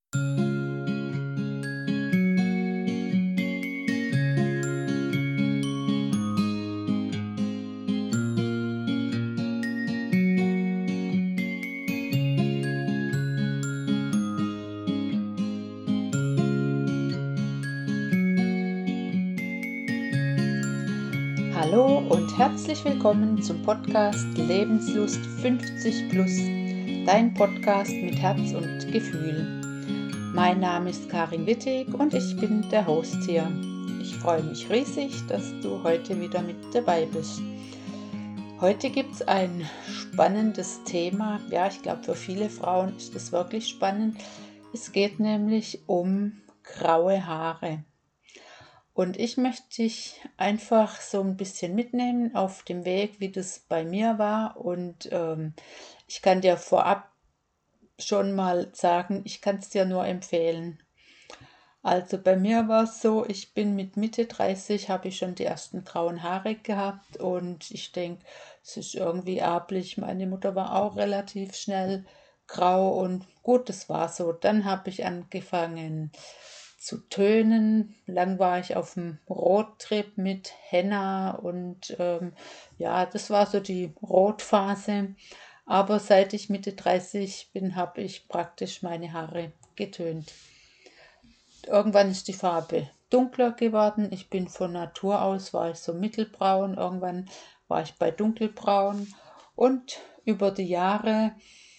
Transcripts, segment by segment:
Hallo und herzlich willkommen zum Podcast Lebenslust 50 plus, dein Podcast mit Herz und Gefühl. Mein Name ist Karin Wittig und ich bin der Host hier. Ich freue mich riesig, dass du heute wieder mit dabei bist. Heute gibt es ein spannendes Thema. Ja, ich glaube, für viele Frauen ist das wirklich spannend. Es geht nämlich um graue Haare. Und ich möchte dich einfach so ein bisschen mitnehmen auf dem Weg, wie das bei mir war. Und ich kann dir vorab schon mal sagen, ich kann es dir nur empfehlen. Also bei mir war es so, ich bin mit Mitte 30, habe ich schon die ersten grauen Haare gehabt und ich denke, es ist irgendwie erblich. Meine Mutter war auch relativ schnell grau und gut, das war so. Dann habe ich angefangen zu tönen. Lang war ich auf dem Rottrip mit Henna und ja, das war so die Rotphase. Aber seit ich Mitte 30 bin, habe ich praktisch meine Haare getönt. Irgendwann ist die Farbe dunkler geworden. Ich bin von Natur aus, war ich so mittelbraun. Irgendwann war ich bei dunkelbraun. Und über die Jahre,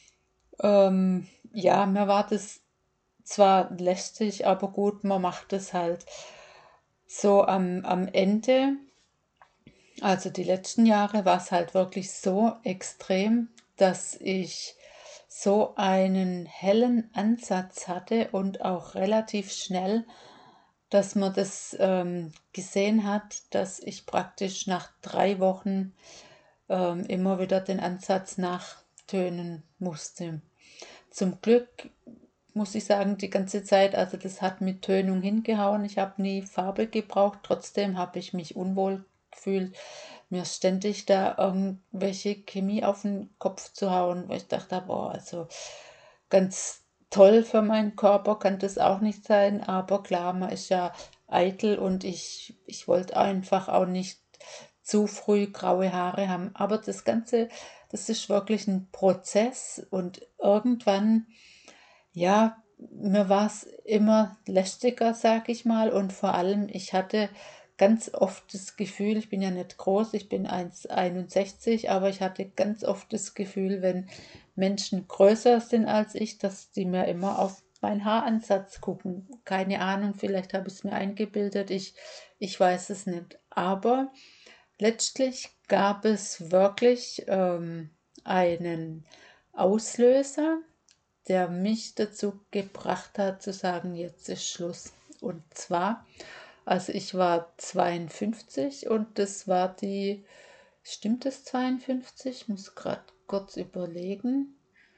ja, mir war das zwar lästig, aber gut, man macht es halt. So am Ende, also die letzten Jahre, war es halt wirklich so extrem, dass ich so einen hellen Ansatz hatte und auch relativ schnell, dass man das gesehen hat, dass ich praktisch nach 3 Wochen immer wieder den Ansatz nachtönen musste. Zum Glück muss ich sagen, die ganze Zeit, also das hat mit Tönung hingehauen. Ich habe nie Farbe gebraucht, trotzdem habe ich mich unwohl gefühlt, mir ständig da irgendwelche Chemie auf den Kopf zu hauen, weil ich dachte, boah, also ganz toll für meinen Körper kann das auch nicht sein, aber klar, man ist ja eitel und ich wollte einfach auch nicht zu früh graue Haare haben. Aber das Ganze, das ist wirklich ein Prozess und irgendwann, ja, mir war es immer lästiger, sag ich mal, und vor allem, ich hatte ganz oft das Gefühl, ich bin ja nicht groß, ich bin 1,61, aber ich hatte ganz oft das Gefühl, wenn Menschen größer sind als ich, dass die mir immer auf meinen Haaransatz gucken. Keine Ahnung, vielleicht habe ich es mir eingebildet, ich weiß es nicht. Aber letztlich gab es wirklich einen Auslöser, der mich dazu gebracht hat zu sagen, jetzt ist Schluss. Und zwar, also ich war 52 und das war die, stimmt es 52? Ich muss gerade kurz überlegen.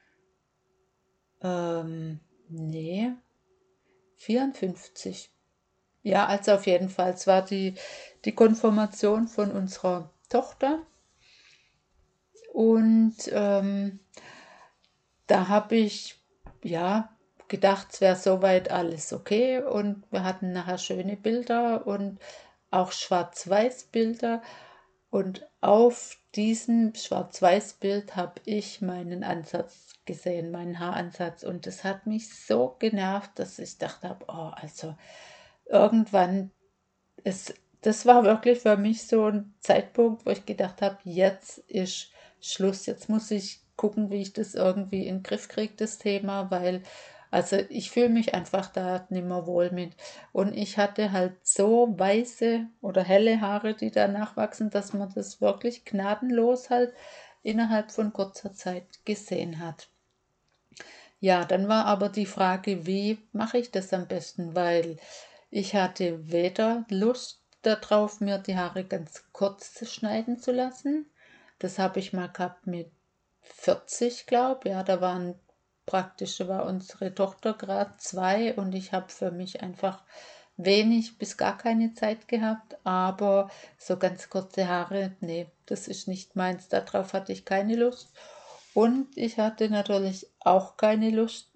Nee, 54. Ja, also auf jeden Fall, es war die Konfirmation von unserer Tochter und da habe ich ja gedacht, es wäre soweit alles okay und wir hatten nachher schöne Bilder und auch Schwarz-Weiß-Bilder und auf diesem Schwarz-Weiß-Bild habe ich meinen Ansatz gesehen, meinen Haaransatz und das hat mich so genervt, dass ich dachte, oh, also irgendwann es, das war wirklich für mich so ein Zeitpunkt, wo ich gedacht habe, jetzt ist Schluss. Jetzt muss ich gucken, wie ich das irgendwie in den Griff kriege, das Thema, weil, also ich fühle mich einfach da nicht mehr wohl mit. Und ich hatte halt so weiße oder helle Haare, die da nachwachsen, dass man das wirklich gnadenlos halt innerhalb von kurzer Zeit gesehen hat. Ja, dann war aber die Frage, wie mache ich das am besten, weil ich hatte weder Lust darauf, mir die Haare ganz kurz schneiden zu lassen. Das habe ich mal gehabt mit 40, glaube ich. Ja, da war unsere Tochter gerade 2 und ich habe für mich einfach wenig bis gar keine Zeit gehabt, aber so ganz kurze Haare, nee, das ist nicht meins. Darauf hatte ich keine Lust. Und ich hatte natürlich auch keine Lust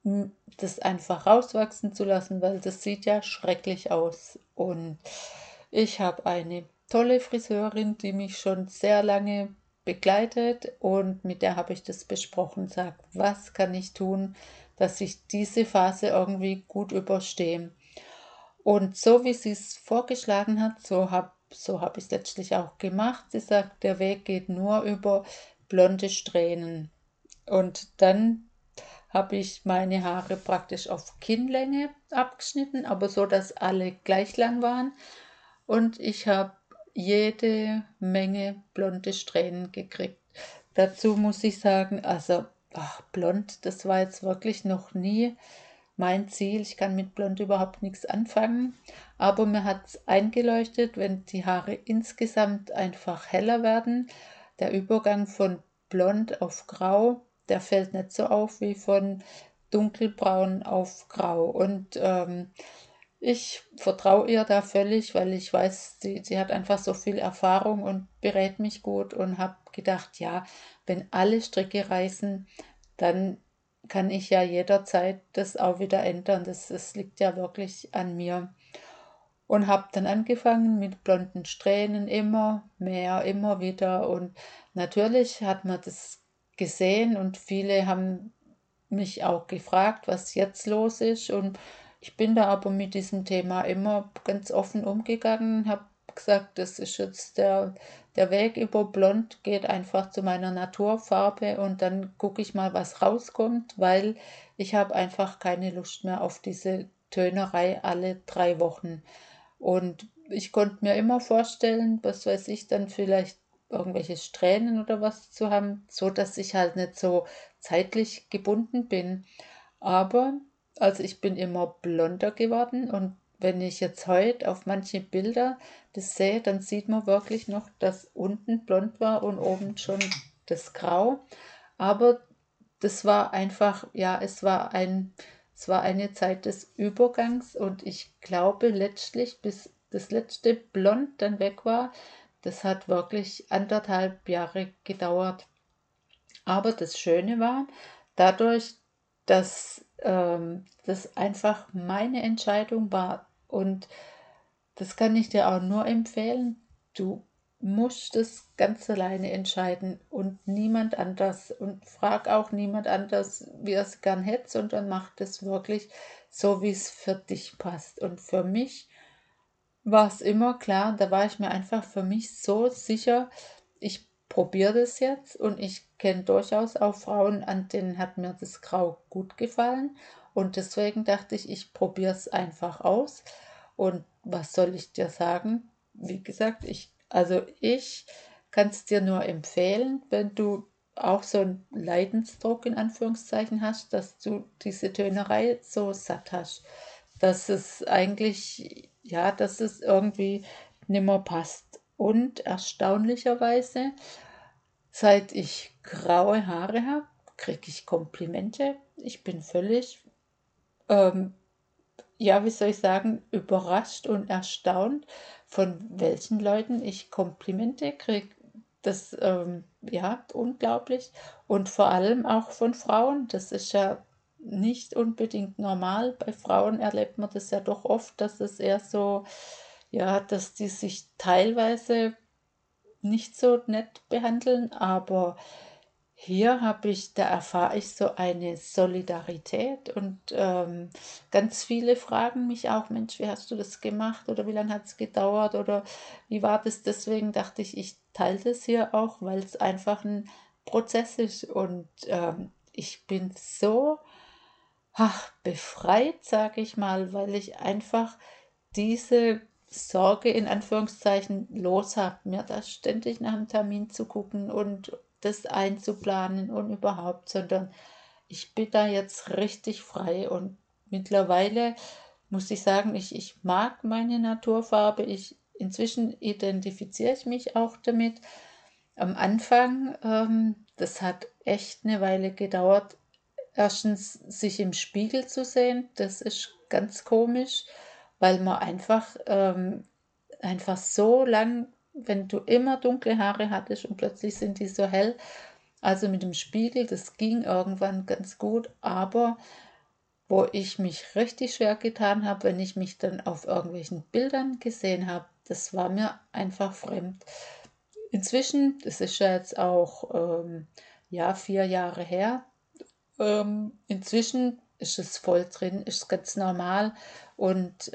das einfach rauswachsen zu lassen, weil das sieht ja schrecklich aus. Und ich habe eine tolle Friseurin, die mich schon sehr lange begleitet und mit der habe ich das besprochen, sagt, was kann ich tun, dass ich diese Phase irgendwie gut überstehe. Und so wie sie es vorgeschlagen hat, so hab ich es letztlich auch gemacht. Sie sagt, der Weg geht nur über blonde Strähnen. Und dann habe ich meine Haare praktisch auf Kinnlänge abgeschnitten, aber so, dass alle gleich lang waren. Und ich habe jede Menge blonde Strähnen gekriegt. Dazu muss ich sagen, also blond, das war jetzt wirklich noch nie mein Ziel. Ich kann mit blond überhaupt nichts anfangen, aber mir hat es eingeleuchtet, wenn die Haare insgesamt einfach heller werden. Der Übergang von blond auf grau, der fällt nicht so auf wie von dunkelbraun auf grau. Und ich vertraue ihr da völlig, weil ich weiß, sie hat einfach so viel Erfahrung und berät mich gut und habe gedacht, ja, wenn alle Stricke reißen, dann kann ich ja jederzeit das auch wieder ändern. Das liegt ja wirklich an mir. Und habe dann angefangen mit blonden Strähnen, immer mehr, immer wieder. Und natürlich hat man das gesehen und viele haben mich auch gefragt, was jetzt los ist. Und ich bin da aber mit diesem Thema immer ganz offen umgegangen, habe gesagt, das ist jetzt der Weg über Blond, geht einfach zu meiner Naturfarbe und dann gucke ich mal, was rauskommt, weil ich habe einfach keine Lust mehr auf diese Tönerei alle 3 Wochen. Und ich konnte mir immer vorstellen, was weiß ich, dann vielleicht irgendwelche Strähnen oder was zu haben, so dass ich halt nicht so zeitlich gebunden bin. Aber also ich bin immer blonder geworden und wenn ich jetzt heute auf manche Bilder das sehe, dann sieht man wirklich noch, dass unten blond war und oben schon das Grau. Aber das war einfach, ja, es war eine Zeit des Übergangs und ich glaube letztlich, bis das letzte Blond dann weg war, das hat wirklich 1,5 Jahre gedauert. Aber das Schöne war, dadurch, dass das einfach meine Entscheidung war und das kann ich dir auch nur empfehlen. Du musst es ganz alleine entscheiden und niemand anders. Und frag auch niemand anders, wie er es gern hätte, sondern mach das wirklich so, wie es für dich passt. Und für mich war es immer klar, da war ich mir einfach für mich so sicher, ich probiere das jetzt und ich kenne durchaus auch Frauen, an denen hat mir das Grau gut gefallen und deswegen dachte ich, ich probiere es einfach aus und was soll ich dir sagen? Wie gesagt, ich kann es dir nur empfehlen, wenn du auch so einen Leidensdruck in Anführungszeichen hast, dass du diese Tönerei so satt hast, dass es eigentlich, ja, dass es irgendwie nimmer passt. Und erstaunlicherweise, seit ich graue Haare habe, kriege ich Komplimente. Ich bin völlig, ähm, ja, wie soll ich sagen, überrascht und erstaunt, von welchen Leuten ich Komplimente kriege. Das, ja, unglaublich. Und vor allem auch von Frauen. Das ist ja nicht unbedingt normal. Bei Frauen erlebt man das ja doch oft, dass es eher so, ja, dass die sich teilweise nicht so nett behandeln, aber hier da erfahre ich so eine Solidarität und ganz viele fragen mich auch, Mensch, wie hast du das gemacht oder wie lange hat es gedauert oder wie war das? Deswegen dachte ich, ich teile das hier auch, weil es einfach ein Prozess ist und ich bin so befreit, sage ich mal, weil ich einfach diese Sorge in Anführungszeichen los habe, mir da ständig nach dem Termin zu gucken und das einzuplanen und überhaupt, sondern ich bin da jetzt richtig frei und mittlerweile muss ich sagen, ich mag meine Naturfarbe. Inzwischen identifiziere ich mich auch damit. Am Anfang, das hat echt eine Weile gedauert, erstens sich im Spiegel zu sehen, das ist ganz komisch, weil man einfach so lang, wenn du immer dunkle Haare hattest und plötzlich sind die so hell, also mit dem Spiegel, das ging irgendwann ganz gut, aber wo ich mich richtig schwer getan habe, wenn ich mich dann auf irgendwelchen Bildern gesehen habe. Das war mir einfach fremd. Inzwischen, das ist ja jetzt auch ja 4 Jahre her, inzwischen ist es voll drin, ist ganz normal und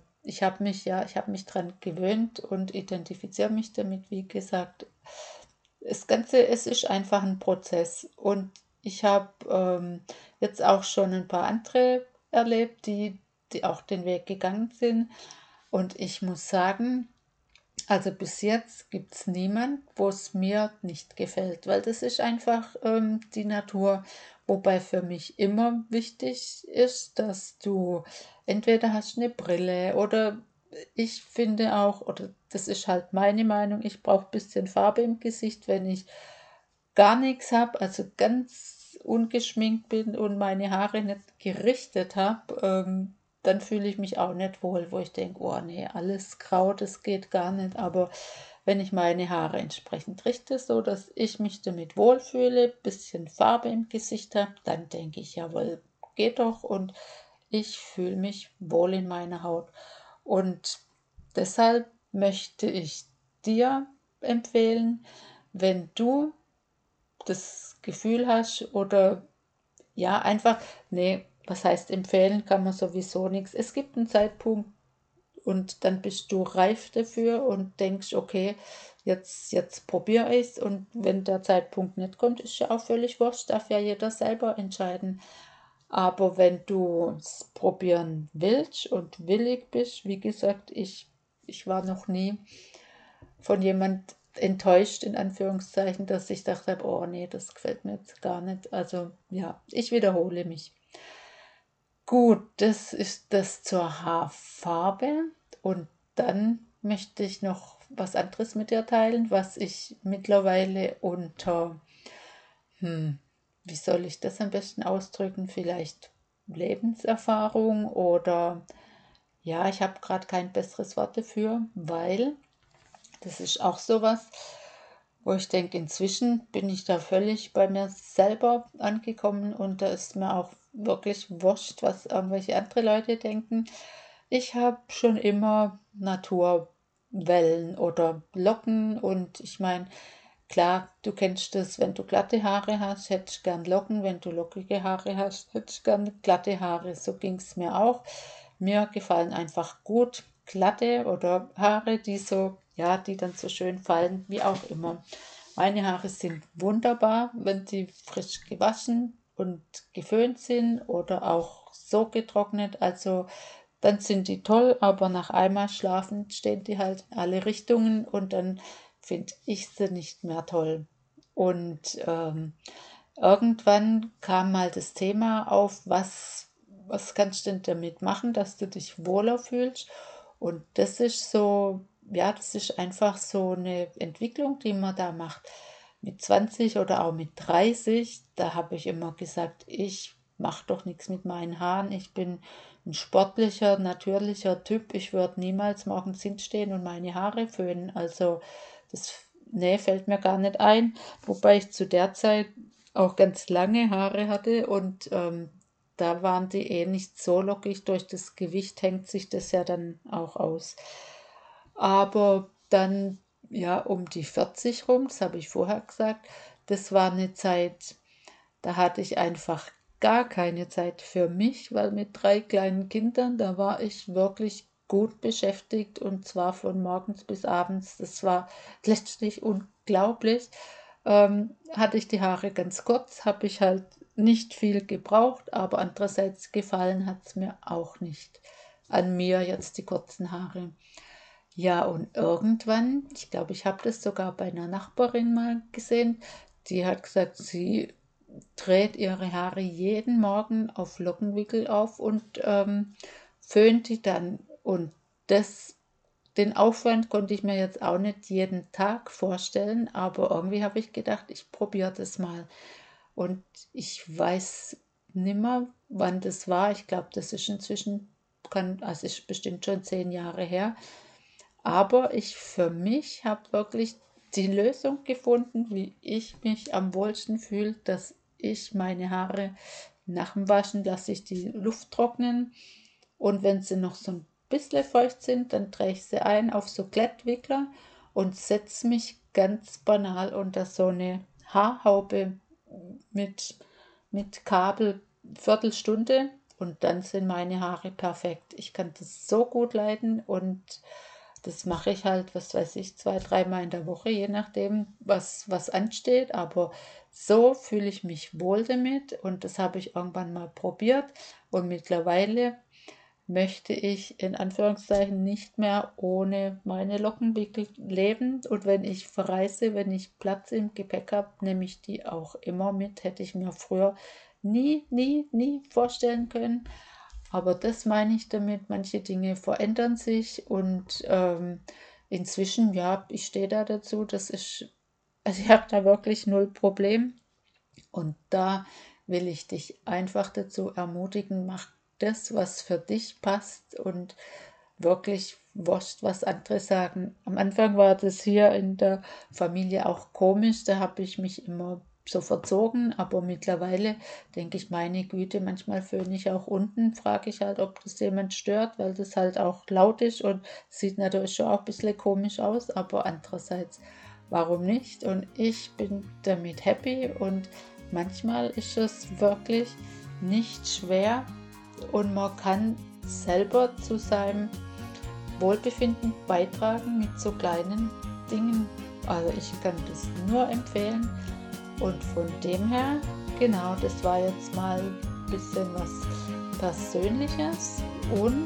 ich habe mich dran gewöhnt und identifiziere mich damit, wie gesagt. Das Ganze, es ist einfach ein Prozess und ich habe jetzt auch schon ein paar andere erlebt, die auch den Weg gegangen sind und ich muss sagen, also bis jetzt gibt es niemand, wo es mir nicht gefällt, weil das ist einfach die Natur. Wobei für mich immer wichtig ist, dass du entweder hast eine Brille oder ich finde auch, oder das ist halt meine Meinung, ich brauche ein bisschen Farbe im Gesicht, wenn ich gar nichts habe, also ganz ungeschminkt bin und meine Haare nicht gerichtet habe, dann fühle ich mich auch nicht wohl, wo ich denke, oh nee, alles grau, das geht gar nicht. Aber wenn ich meine Haare entsprechend richte, so dass ich mich damit wohlfühle, bisschen Farbe im Gesicht habe, dann denke ich, jawohl, geht doch und ich fühle mich wohl in meiner Haut. Und deshalb möchte ich dir empfehlen, wenn du das Gefühl hast oder ja, einfach, nee, was heißt empfehlen, kann man sowieso nichts. Es gibt einen Zeitpunkt und dann bist du reif dafür und denkst, okay, jetzt probiere ich es und wenn der Zeitpunkt nicht kommt, ist ja auch völlig wurscht, darf ja jeder selber entscheiden. Aber wenn du es probieren willst und willig bist, wie gesagt, ich war noch nie von jemand enttäuscht, in Anführungszeichen, dass ich dachte, oh nee, das gefällt mir jetzt gar nicht. Also ja, ich wiederhole mich. Gut, das ist das zur Haarfarbe. Und dann möchte ich noch was anderes mit dir teilen, was ich mittlerweile unter, hm, wie soll ich das am besten ausdrücken? Vielleicht Lebenserfahrung oder ja, ich habe gerade kein besseres Wort dafür, weil das ist auch sowas, wo ich denke, inzwischen bin ich da völlig bei mir selber angekommen und da ist mir auch wirklich wurscht, was irgendwelche andere Leute denken. Ich habe schon immer Naturwellen oder Locken und ich meine, klar, du kennst das, wenn du glatte Haare hast, hätte ich gern Locken, wenn du lockige Haare hast, hätte ich gern glatte Haare. So ging es mir auch. Mir gefallen einfach gut glatte oder Haare, die so, ja, die dann so schön fallen, wie auch immer. Meine Haare sind wunderbar, wenn sie frisch gewaschen und geföhnt sind oder auch so getrocknet. Also dann sind die toll, aber nach einmal schlafen stehen die halt in alle Richtungen und dann finde ich sie nicht mehr toll. Und irgendwann kam mal das Thema auf, was kannst du denn damit machen, dass du dich wohler fühlst? Und das ist so, ja, das ist einfach so eine Entwicklung, die man da macht. Mit 20 oder auch mit 30, da habe ich immer gesagt, ich mache doch nichts mit meinen Haaren. Ich bin ein sportlicher, natürlicher Typ. Ich würde niemals morgens hinstehen und meine Haare föhnen. Also das, nee, fällt mir gar nicht ein. Wobei ich zu der Zeit auch ganz lange Haare hatte und da waren die eh nicht so lockig. Durch das Gewicht hängt sich das ja dann auch aus. Aber dann, ja, um die 40 rum, das habe ich vorher gesagt, das war eine Zeit, da hatte ich einfach gar keine Zeit für mich, weil mit 3 kleinen Kindern, da war ich wirklich gut beschäftigt und zwar von morgens bis abends. Das war letztlich unglaublich. Hatte ich die Haare ganz kurz, habe ich halt nicht viel gebraucht, aber andererseits gefallen hat es mir auch nicht an mir jetzt die kurzen Haare. Ja, und irgendwann, ich glaube, ich habe das sogar bei einer Nachbarin mal gesehen, die hat gesagt, sie dreht ihre Haare jeden Morgen auf Lockenwickel auf und föhnt die dann. Und das, den Aufwand konnte ich mir jetzt auch nicht jeden Tag vorstellen, aber irgendwie habe ich gedacht, ich probiere das mal. Und ich weiß nimmer, wann das war. Ich glaube, das ist inzwischen, also ist bestimmt schon 10 Jahre her. Aber ich für mich habe wirklich die Lösung gefunden, wie ich mich am wohlsten fühle, dass ich meine Haare nach dem Waschen lasse ich die Luft trocknen und wenn sie noch so ein bisschen feucht sind, dann drehe ich sie ein auf so Klettwickler und setze mich ganz banal unter so eine Haarhaube mit, mit Kabel Viertelstunde und dann sind meine Haare perfekt. Ich kann das so gut leiden und das mache ich halt, was weiß ich, 2, dreimal in der Woche, je nachdem, was ansteht. Aber so fühle ich mich wohl damit und das habe ich irgendwann mal probiert und mittlerweile möchte ich in Anführungszeichen nicht mehr ohne meine Lockenwickel leben. Und wenn ich verreise, wenn ich Platz im Gepäck habe, nehme ich die auch immer mit. Hätte ich mir früher nie vorstellen können. Aber das meine ich damit, manche Dinge verändern sich und inzwischen, ja, ich stehe da dazu, das ist, also ich habe da wirklich null Problem. Und da will ich dich einfach dazu ermutigen, mach das, was für dich passt und wirklich wurscht, was andere sagen. Am Anfang war das hier in der Familie auch komisch, da habe ich mich immer so verzogen, aber mittlerweile denke ich, meine Güte, manchmal föhne ich auch unten, frage ich halt, ob das jemand stört, weil das halt auch laut ist und sieht natürlich schon auch ein bisschen komisch aus, aber andererseits, warum nicht? Und ich bin damit happy und manchmal ist es wirklich nicht schwer und man kann selber zu seinem Wohlbefinden beitragen mit so kleinen Dingen. Also ich kann das nur empfehlen und von dem her, genau, das war jetzt mal ein bisschen was Persönliches und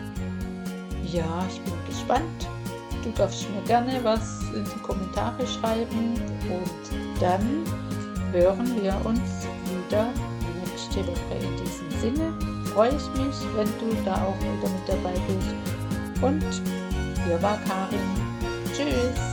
ja, ich bin gespannt. Du darfst mir gerne was in die Kommentare schreiben und dann hören wir uns wieder nächste Woche. In diesem Sinne freue ich mich, wenn du da auch wieder mit dabei bist. Und hier war Karin. Tschüss!